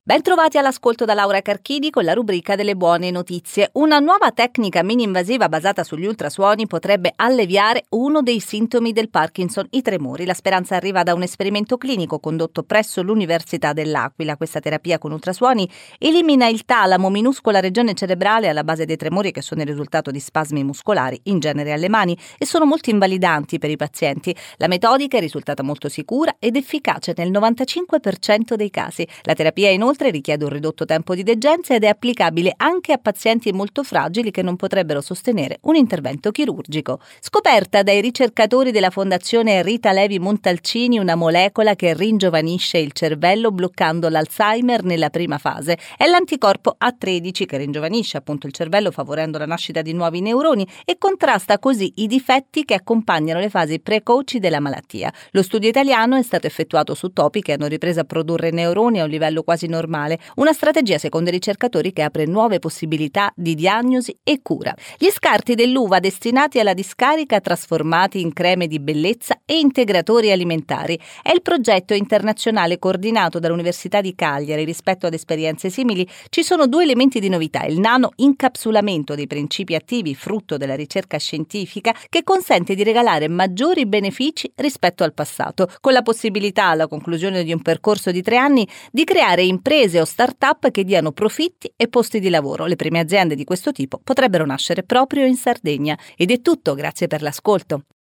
Ben trovati all'ascolto da Laura Carchidi con la rubrica delle buone notizie. Una nuova tecnica mini-invasiva basata sugli ultrasuoni potrebbe alleviare uno dei sintomi del Parkinson, i tremori. La speranza arriva da un esperimento clinico condotto presso l'Università dell'Aquila. Questa terapia con ultrasuoni elimina il talamo, minuscola regione cerebrale alla base dei tremori che sono il risultato di spasmi muscolari, in genere alle mani, e sono molto invalidanti per i pazienti. La metodica è risultata molto sicura ed efficace nel 95% dei casi. La terapia inoltre richiede un ridotto tempo di degenza ed è applicabile anche a pazienti molto fragili che non potrebbero sostenere un intervento chirurgico. Scoperta dai ricercatori della Fondazione Rita Levi Montalcini una molecola che ringiovanisce il cervello bloccando l'Alzheimer nella prima fase. È l'anticorpo A13 che ringiovanisce appunto il cervello favorendo la nascita di nuovi neuroni e contrasta così i difetti che accompagnano le fasi precoci della malattia. Lo studio italiano è stato effettuato su topi che hanno ripreso a produrre neuroni a un livello quasi normale, una strategia secondo i ricercatori che apre nuove possibilità di diagnosi e cura. Gli scarti dell'uva destinati alla discarica trasformati in creme di bellezza e integratori alimentari è il progetto internazionale coordinato dall'Università di Cagliari. Rispetto ad esperienze simili ci sono due elementi di novità: il nano incapsulamento dei principi attivi frutto della ricerca scientifica che consente di regalare maggiori benefici rispetto al passato, con la possibilità alla conclusione di un percorso di 3 anni di creare imprese o start-up che diano profitti e posti di lavoro. Le prime aziende di questo tipo potrebbero nascere proprio in Sardegna. Ed è tutto, grazie per l'ascolto.